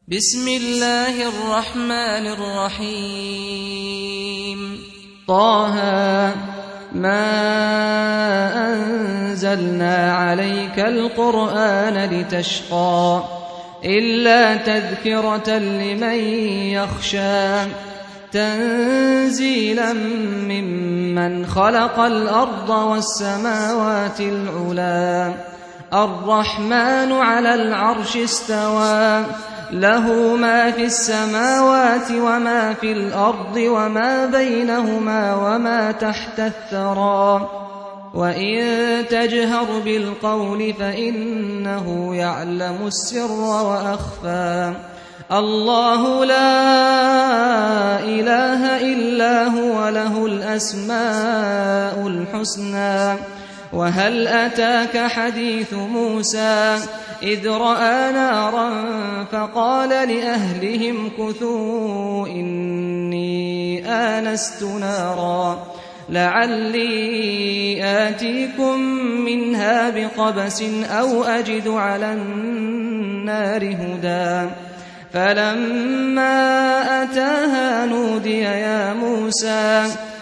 بسم الله الرحمن الرحيم طه ما أنزلنا عليك القرآن لتشقى إلا تذكرة لمن يخشى تنزيلا ممن خلق الأرض والسماوات العلى الرحمن على العرش استوى له ما في السماوات وما في الأرض وما بينهما وما تحت الثرى وإن تجهر بالقول فإنه يعلم السر وأخفى الله لا إله إلا هو له الأسماء الحسنى وهل أتاك حديث موسى إذ رأى نارا فقال لأهلهم كثوا إني آنست نارا لعلي آتيكم منها بقبس أو أجد على النار هدى فلما أتاها نودي يا موسى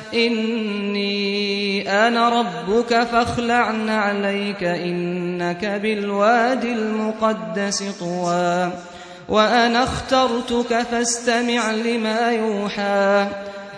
إني أنا ربك فاخلع نعليك إنك بالواد المقدس طوى وأنا اخترتك فاستمع لما يوحى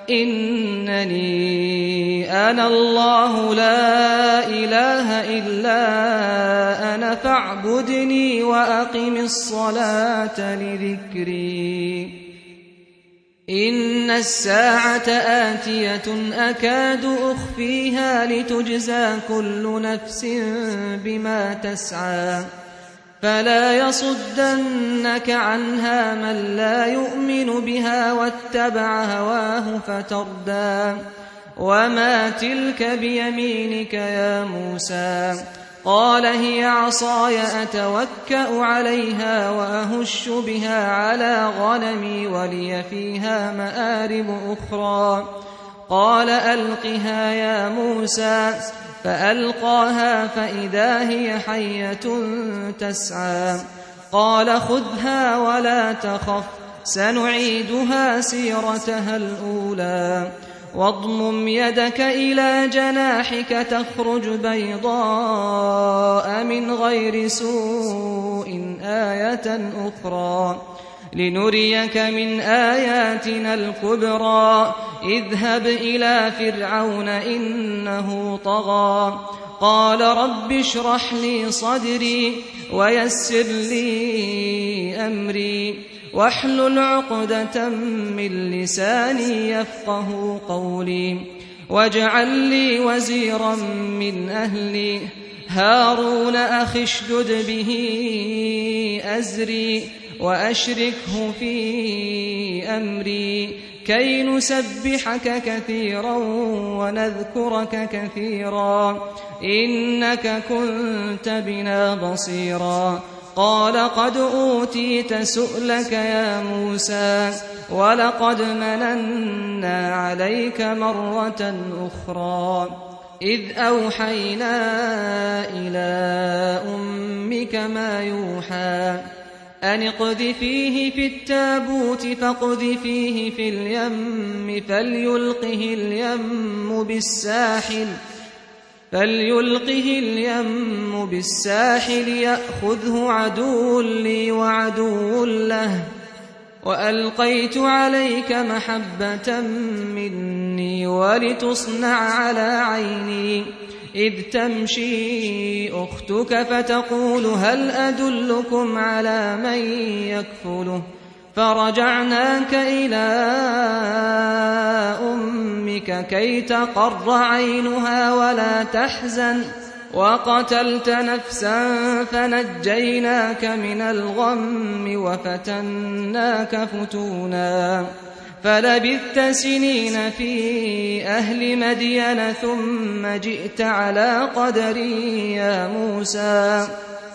إنني أنا الله لا إله إلا أنا فاعبدني وأقم الصلاة لذكري إن الساعة آتية أكاد أخفيها لتجزى كل نفس بما تسعى فلا يصدنك عنها من لا يؤمن بها واتبع هواه فتردى وما تلك بيمينك يا موسى قال هي عصاي أتوكأ عليها وأهش بها على غنمي ولي فيها مآرب أخرى قال ألقها يا موسى فألقاها فإذا هي حية تسعى قال خذها ولا تخف سنعيدها سيرتها الأولى واضمم يدك إلى جناحك تخرج بيضاء من غير سوء آية أخرى لنريك من آياتنا الكبرى اذهب إلى فرعون إنه طغى قال رب اشرح لي صدري ويسر لي أمري واحلل عقدة من لساني يفقه قولي واجعل لي وزيرا من أهلي هارون أخي اشدد به أزري وأشركه في أمري كي نسبحك كثيرا ونذكرك كثيرا إنك كنت بنا بصيرا قال قد أوتيت سؤلك يا موسى ولقد مننا عليك مرة أخرى إذ أوحينا إلى أمك ما يوحى أن اقذفيه في التابوت فاقذفيه في اليم فليلقه اليم بالساحل يأخذه عدو لي وعدو له وألقيت عليك محبة مني ولتصنع على عيني إذ تمشي أختك فتقول هل أدلكم على من يكفله فرجعناك إلى أمك كي تقر عينها ولا تحزن وقتلت نفسا فنجيناك من الغم وفتناك فتونا فلبثت سنين في أهل مدين ثم جئت على قدري يا موسى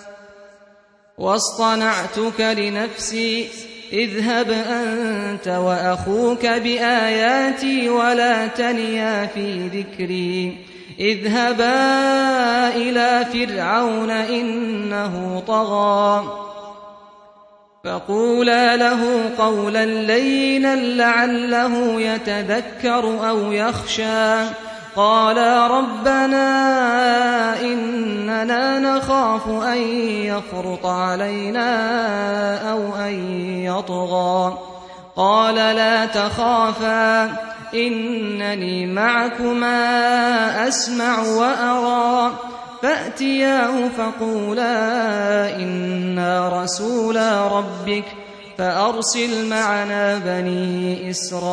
واصطنعتك لنفسي اذهب أنت وأخوك بآياتي ولا تنيا في ذكري اذهبا إلى فرعون إنه طغى فقولا له قولا لينا لعله يتذكر أو يخشى قالا ربنا إننا نخاف أن يفرط علينا أو أن يطغى قال لا تخافا إنني معكما أسمع وأرى فأتياه فقولا إنا رسولا ربك فأرسل معنا بني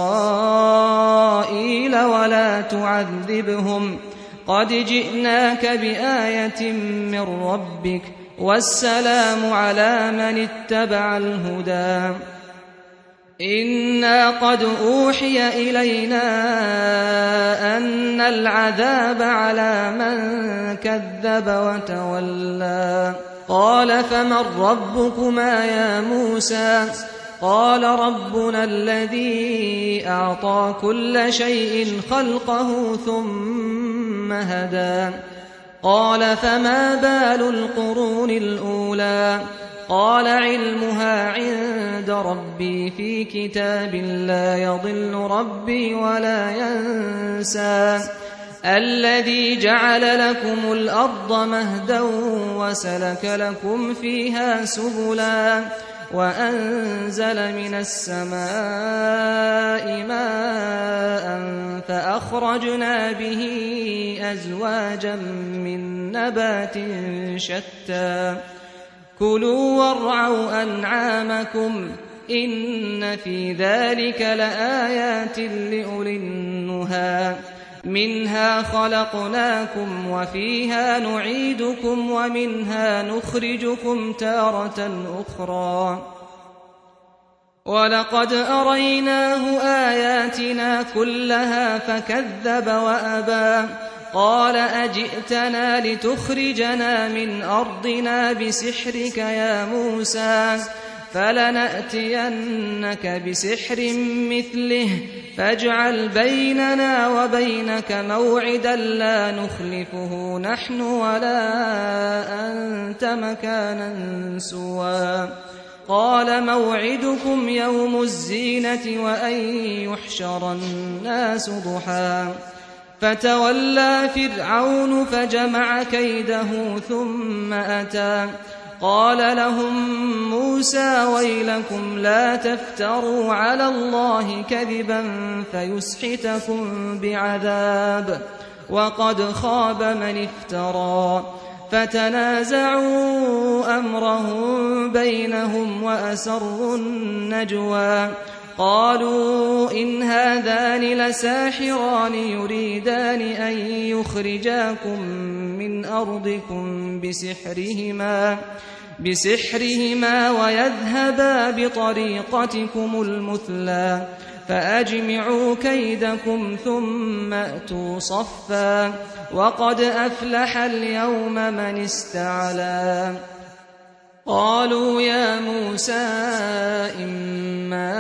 إسرائيل ولا تعذبهم قد جئناك بآية من ربك والسلام على من اتبع الهدى إنا قد أوحي إلينا أن العذاب على من كذب وتولى قال فمن ربكما يا موسى قال ربنا الذي أعطى كل شيء خلقه ثم هدى قال فما بال القرون الأولى قال علمها عند ربي في كتاب لا يضل ربي ولا ينسى الذي جعل لكم الأرض مهدا وسلك لكم فيها سبلا وأنزل من السماء ماء فأخرجنا به أزواجا من نبات شتى كلوا وارعوا أنعامكم إن في ذلك لآيات لأولي النهى منها خلقناكم وفيها نعيدكم ومنها نخرجكم تارة أخرى ولقد أريناه آياتنا كلها فكذب وأبى قال أجئتنا لتخرجنا من أرضنا بسحرك يا موسى فلنأتينك بسحر مثله فاجعل بيننا وبينك موعدا لا نخلفه نحن ولا أنت مكانا سوى قال موعدكم يوم الزينة وأن يحشر الناس ضحى فتولى فرعون فجمع كيده ثم أتى قال لهم موسى ويلكم لا تفتروا على الله كذبا فيسحتكم بعذاب وقد خاب من افترى فتنازعوا أمرهم بينهم وأسروا النجوى قالوا إن هذان لساحران يريدان أن يخرجاكم من أرضكم بسحرهما ويذهبا بطريقتكم المثلى فأجمعوا كيدكم ثم أتوا صفا وقد أفلح اليوم من استعلى قالوا يا موسى إما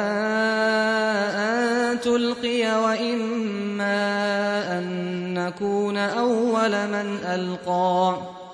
أن تلقي وإما أن نكون أول من ألقى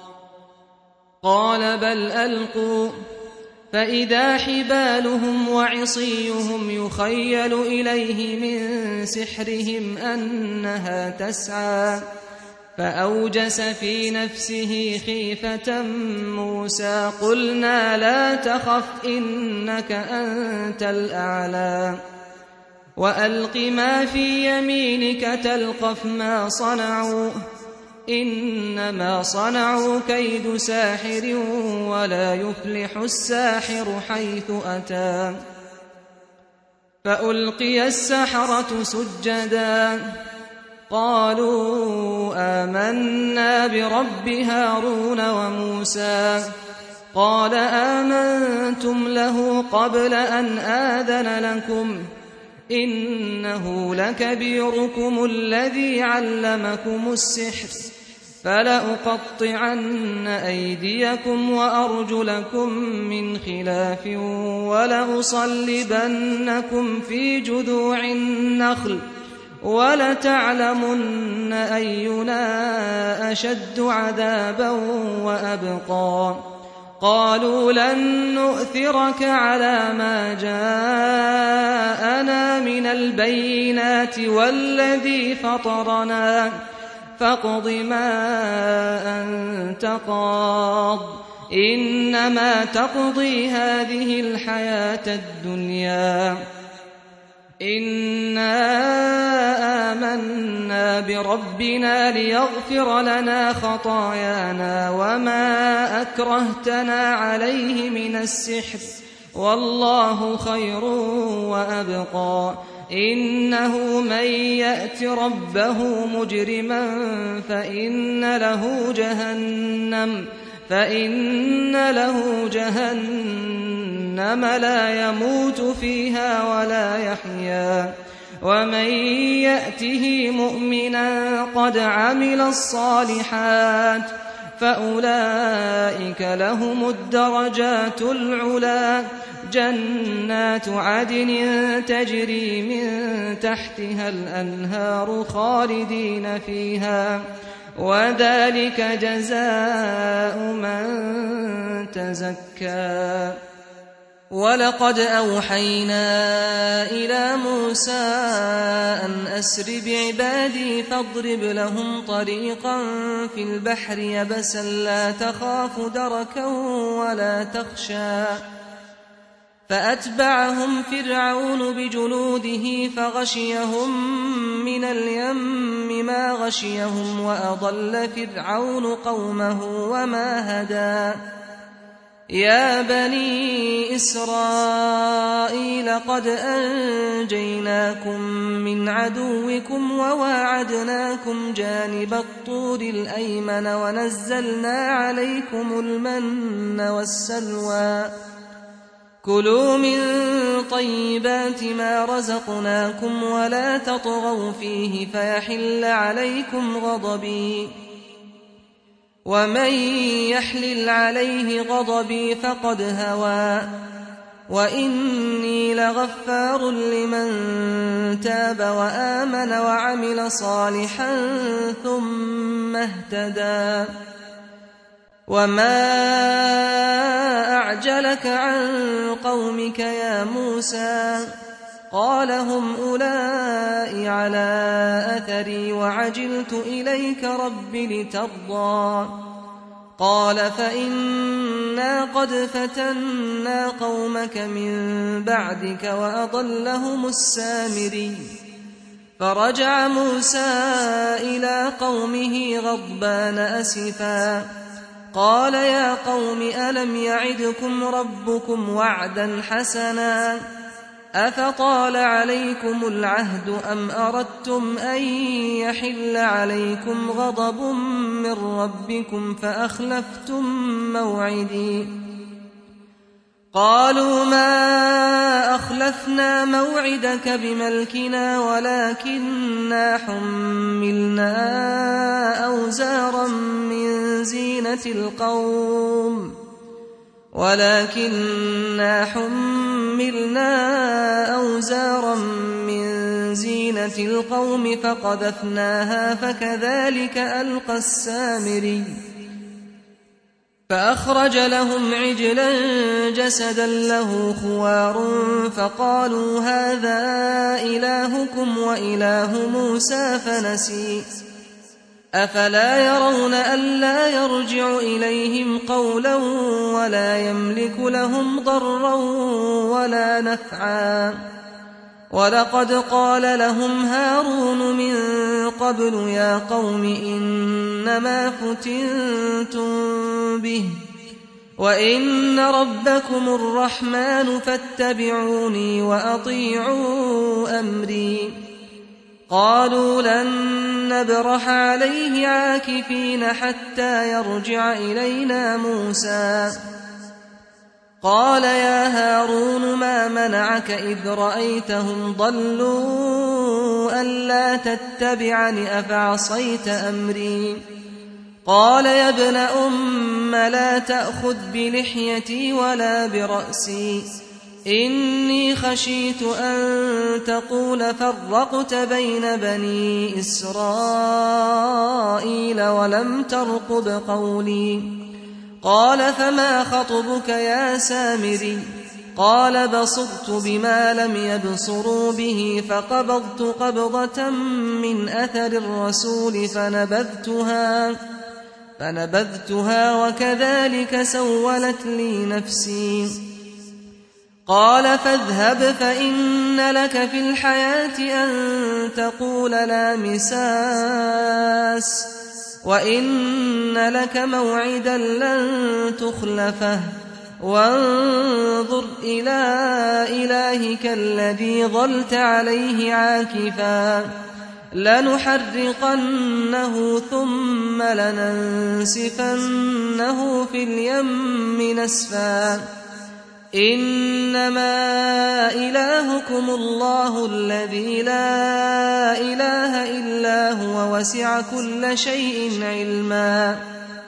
قال بل ألقوا فإذا حبالهم وعصيهم يخيل إليه من سحرهم أنها تسعى فأوجس في نفسه خيفة موسى قلنا لا تخف إنك أنت الأعلى وألق ما في يمينك تلقف ما صنعوا إنما صنعوا كيد ساحر ولا يفلح الساحر حيث أتى فألقي السحرة سجدا قالوا آمنا برب هارون وموسى قال آمنتم له قبل أن آذن لكم إنه لكبيركم الذي علمكم السحر فلأقطعن أيديكم وأرجلكم من خلاف ولأصلبنكم في جذوع النخل ولتعلمن أينا أشد عذابا وأبقى قالوا لن نؤثرك على ما جاءنا من البينات والذي فطرنا فاقض ما أنت قاض إنما تقضي هذه الحياة الدنيا إنا آمنا بربنا ليغفر لنا خطايانا وما أكرهتنا عليه من السحر والله خير وأبقى إنه من يأت ربه مجرما فإن له جهنم لا يموت فيها ولا يحيا ومن يأته مؤمنا قد عمل الصالحات فأولئك لهم الدرجات العلى جنات عدن تجري من تحتها الأنهار خالدين فيها وذلك جزاء من تزكى ولقد أوحينا إلى موسى أن أسر بعبادي فاضرب لهم طريقا في البحر يبسا لا تخاف دركا ولا تخشى فأتبعهم فرعون بجنوده فغشيهم من اليم ما غشيهم وأضل فرعون قومه وما هدى يا بني إسرائيل قد أنجيناكم من عدوكم وواعدناكم جانب الطور الأيمن ونزلنا عليكم المن والسلوى كلوا من طيبات ما رزقناكم ولا تطغوا فيه فيحل عليكم غضبي ومن يحلل عليه غضبي فقد هوى وإني لغفار لمن تاب وآمن وعمل صالحا ثم اهتدى وما أعجلك عن قومك يا موسى قال هم أولئك على أثري وعجلت إليك رب لترضى قال فإنا قد فتنا قومك من بعدك وأضلهم السامري فرجع موسى إلى قومه غضبان أسفا قال يا قوم ألم يعدكم ربكم وعدا حسنا أفطال عليكم العهد أم أردتم أن يحل عليكم غضب من ربكم فأخلفتم موعدي قالوا ما أخلفنا موعدك بملكنا ولكننا حملنا أوزارا من زينة القوم فقذفناها فكذلك ألقى السامري فأخرج لهم عجلا جسدا له خوار فقالوا هذا إلهكم وإله موسى فنسي أفلا يرون ألا يرجع إليهم قولا ولا يملك لهم ضرا ولا نفعا ولقد قال لهم هارون من قبل يا قوم إنما فتنتم به وإن ربكم الرحمن فاتبعوني وأطيعوا أمري قالوا لن نبرح عليه عاكفين حتى يرجع إلينا موسى قال يا هارون ما منعك إذ رأيتهم ضلوا ألا تتبعني أفعصيت أمري قال يا ابن أم لا تأخذ بلحيتي ولا برأسي إني خشيت أن تقول فرقت بين بني إسرائيل ولم ترقب قولي قال فما خطبك يا سامري قال بصرت بما لم يبصروا به فقبضت قبضة من أثر الرسول فنبذتها وكذلك سولت لي نفسي قال فاذهب فإن لك في الحياة أن تقول لا مساس وإن لك موعدا لن تخلفه وانظر إلى إلهك الذي ظلت عليه عاكفا لنحرقنه ثم لننسفنه في اليم نسفا إنما إلهكم الله الذي لا إله إلا هو وسع كل شيء علما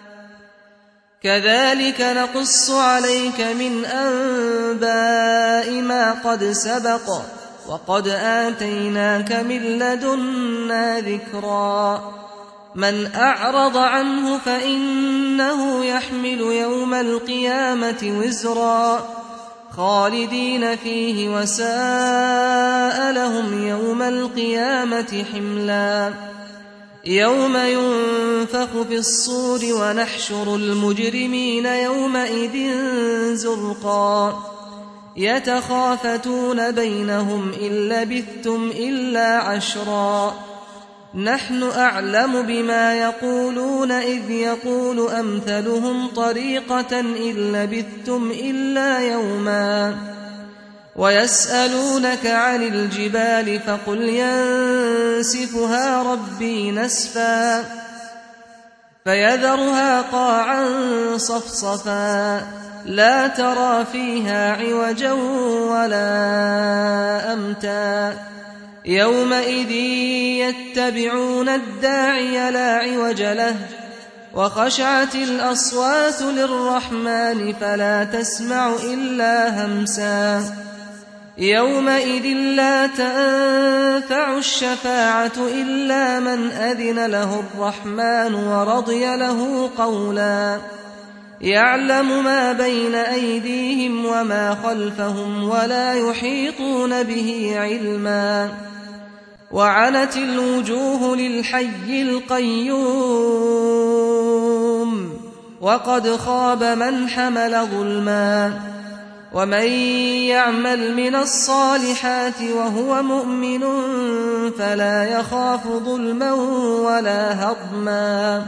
كذلك نقص عليك من أنباء ما قد سبق وقد آتيناك من لدنا ذكرا من أعرض عنه فإنه يحمل يوم القيامة وزرا خالدين فيه وساء لهم يوم القيامة حملا يوم ينفخ في الصور ونحشر المجرمين يومئذ زرقا يتخافتون بينهم إن لبثتم إلا عشرا نحن أعلم بما يقولون إذ يقول أمثلهم طريقة إن لبثتم إلا يوما ويسألونك عن الجبال فقل ينسفها ربي نسفا فيذرها قاعا صفصفا لا ترى فيها عوجا ولا أمتا يومئذ يتبعون الداعي لا عوج له وخشعت الأصوات للرحمن فلا تسمع إلا همسا يومئذ لا تنفع الشفاعة إلا من أذن له الرحمن ورضي له قولا يعلم ما بين أيديهم وما خلفهم ولا يحيطون به علما وعنت الوجوه للحي القيوم وقد خاب من حمل ظلما ومن يعمل من الصالحات وهو مؤمن فلا يخاف ظلما ولا هضما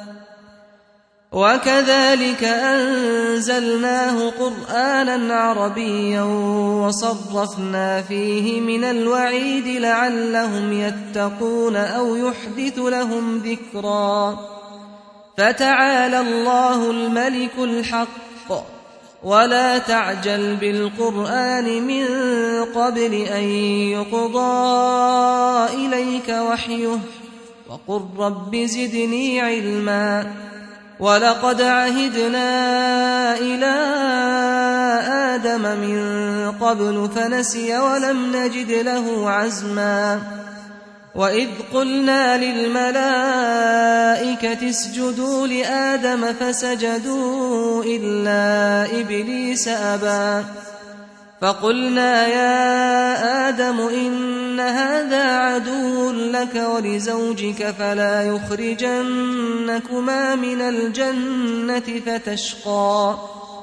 وكذلك أنزلناه قرآنا عربيا وصرفنا فيه من الوعيد لعلهم يتقون أو يحدث لهم ذكرا فتعالى الله الملك الحق ولا تعجل بالقرآن من قبل أن يقضى إليك وحيه وقل رب زدني علما ولقد عهدنا إلى آدم من قبل فنسي ولم نجد له عزما وإذ قلنا للملائكة اسجدوا لآدم فسجدوا إلا إبليس أبى فقلنا يا آدم إن هذا عدو لك ولزوجك فلا يخرجنكما من الجنة فتشقى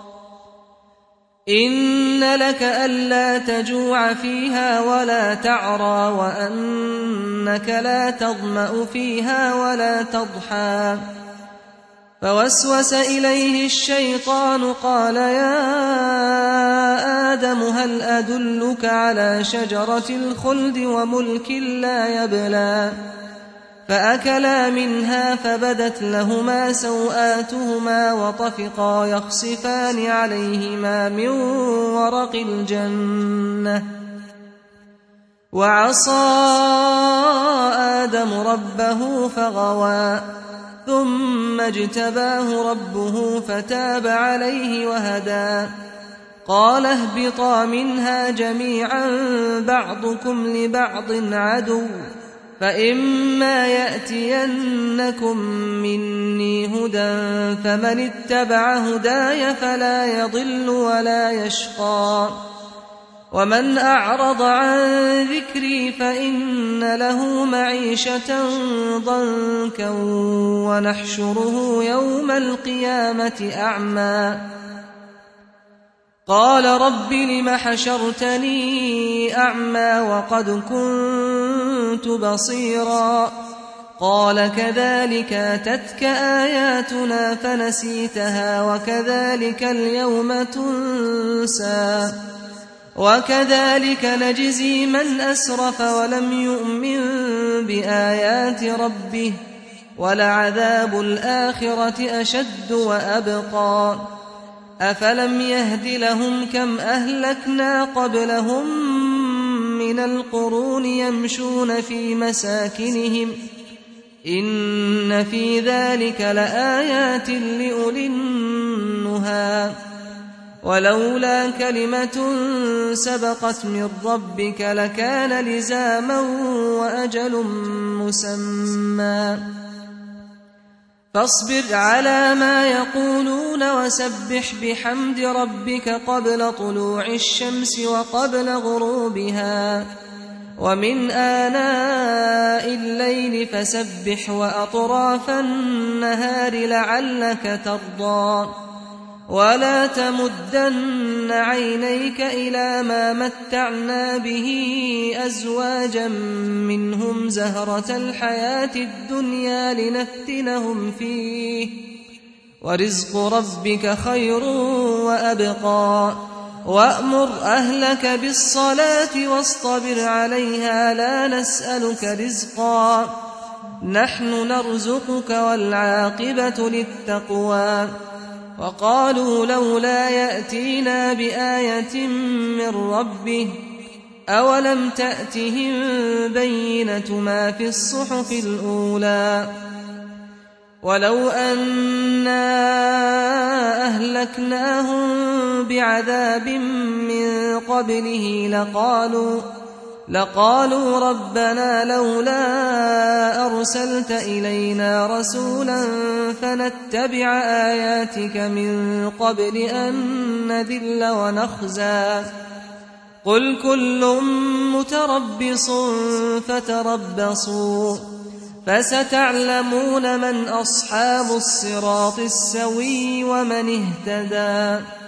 إن لك ألا تجوع فيها ولا تعرى وأنك لا تظمأ فيها ولا تضحى فوسوس إليه الشيطان قال يا آدم هل أدلك على شجرة الخلد وملك لا يبلى فأكلا منها فبدت لهما سوآتهما وطفقا يخصفان عليهما من ورق الجنة وعصى آدم ربه فغوى ثم اجتباه ربه فتاب عليه وهدى قال اهبطا منها جميعا بعضكم لبعض عدو فإما يأتينكم مني هدى فمن اتبع هداي فلا يضل ولا يشقى ومن أعرض عن ذكري فإن له معيشة ضنكا ونحشره يوم القيامة أعمى قال رب لم حشرتني أعمى وقد كنت بصيرا قال كذلك أتتك آياتنا فنسيتها وكذلك اليوم تنسى وكذلك نجزي من أسرف ولم يؤمن بآيات ربه ولعذاب الآخرة أشد وأبقى أفلم يهد لهم كم أهلكنا قبلهم من القرون يمشون في مساكنهم إن في ذلك لآيات لأولي النهى ولولا كلمة سبقت من ربك لكان لزاما وأجل مسمى فاصبر على ما يقولون وسبح بحمد ربك قبل طلوع الشمس وقبل غروبها ومن آناء الليل فسبح وأطراف النهار لعلك ترضى ولا تمدن عينيك إلى ما متعنا به أزواجا منهم زهرة الحياة الدنيا لنفتنهم فيه ورزق ربك خير وأبقى وأمر أهلك بالصلاة واصطبر عليها لا نسألك رزقا نحن نرزقك والعاقبة للتقوى وقالوا لولا يأتينا بآية من ربه أولم تأتهم بينة ما في الصحف الأولى ولو أنا أهلكناهم بعذاب من قبله لقالوا ربنا لولا أرسلت إلينا رسولا فنتبع آياتك من قبل أن نذل ونخزى قل كل متربص فتربصوا فستعلمون من أصحاب الصراط السوي ومن اهتدى